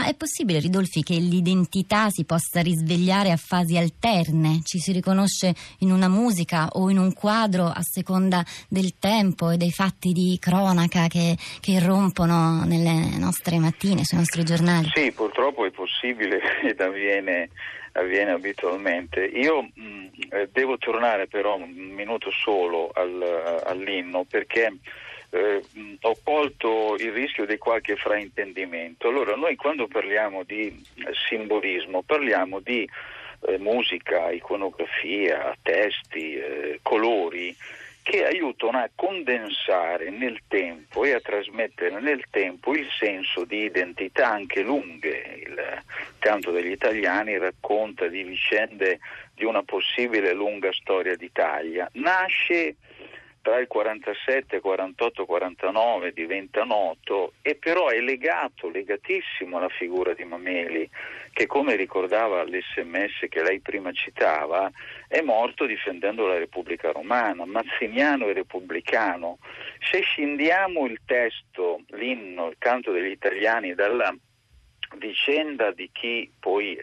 Ma è possibile, Ridolfi, che l'identità si possa risvegliare a fasi alterne? Ci si riconosce in una musica o in un quadro a seconda del tempo e dei fatti di cronaca che irrompono nelle nostre mattine, sui nostri giornali? Sì, purtroppo è possibile ed avviene abitualmente. Io devo tornare però un minuto solo all'inno, perché ho colto il rischio di qualche fraintendimento. Allora, noi quando parliamo di simbolismo parliamo di musica, iconografia, testi, colori che aiutano a condensare nel tempo e a trasmettere nel tempo il senso di identità anche lunghe. Il Canto degli Italiani racconta di vicende di una possibile lunga storia d'Italia. Nasce tra il 47, 48, 49, diventa noto, e però è legatissimo alla figura di Mameli, che, come ricordava l'SMS che lei prima citava, è morto difendendo la Repubblica Romana, mazziniano e repubblicano. Se scindiamo il testo, l'inno, il Canto degli Italiani dalla vicenda di chi poi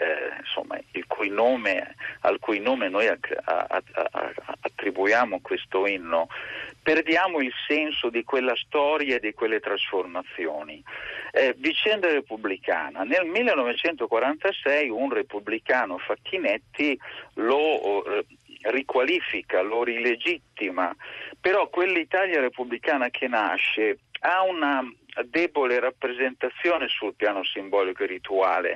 al cui nome noi attribuiamo questo inno, perdiamo il senso di quella storia e di quelle trasformazioni. Vicenda repubblicana. Nel 1946 un repubblicano, Facchinetti, lo riqualifica, lo rilegittima, però quell'Italia repubblicana che nasce ha una debole rappresentazione sul piano simbolico e rituale.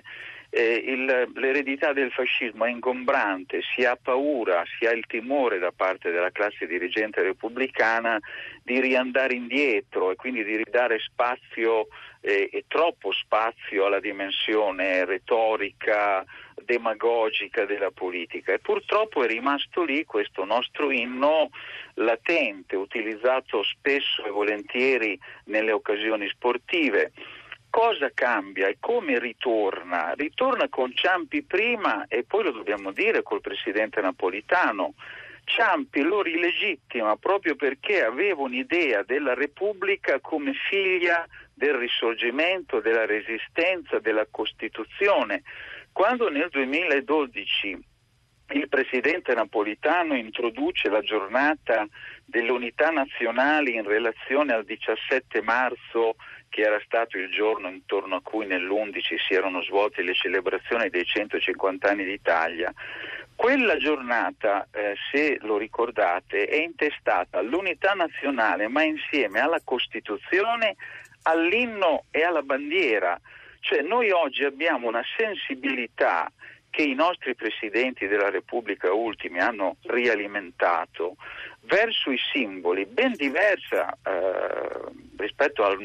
L'eredità del fascismo è ingombrante, si ha paura, si ha il timore da parte della classe dirigente repubblicana di riandare indietro e quindi di ridare spazio e troppo spazio alla dimensione retorica, demagogica della politica, e purtroppo è rimasto lì questo nostro inno latente, utilizzato spesso e volentieri nelle occasioni sportive. Cosa cambia e come ritorna? Ritorna con Ciampi prima e poi, lo dobbiamo dire, col presidente Napolitano. Ciampi lo rilegittima proprio perché aveva un'idea della Repubblica come figlia del Risorgimento, della Resistenza, della Costituzione. Quando nel 2012 il presidente Napolitano introduce la giornata dell'unità nazionale in relazione al 17 marzo, che era stato il giorno intorno a cui nell'11 si erano svolte le celebrazioni dei 150 anni d'Italia, quella giornata, se lo ricordate, è intestata all'unità nazionale, ma insieme alla Costituzione, all'inno e alla bandiera. Cioè, noi oggi abbiamo una sensibilità che i nostri presidenti della Repubblica ultimi hanno rialimentato verso i simboli, ben diversa rispetto al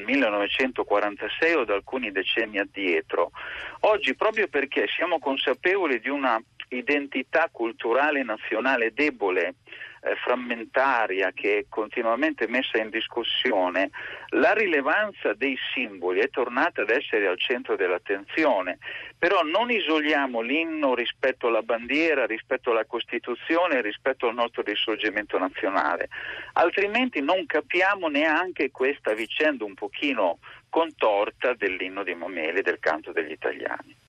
1946 o ad alcuni decenni addietro. Oggi, proprio perché siamo consapevoli di una identità culturale nazionale debole, frammentaria, che è continuamente messa in discussione, la rilevanza dei simboli è tornata ad essere al centro dell'attenzione. Però non isoliamo l'inno rispetto alla bandiera, rispetto alla Costituzione, rispetto al nostro risorgimento nazionale, altrimenti non capiamo neanche questa vicenda un pochino contorta dell'inno di Mameli, del Canto degli Italiani.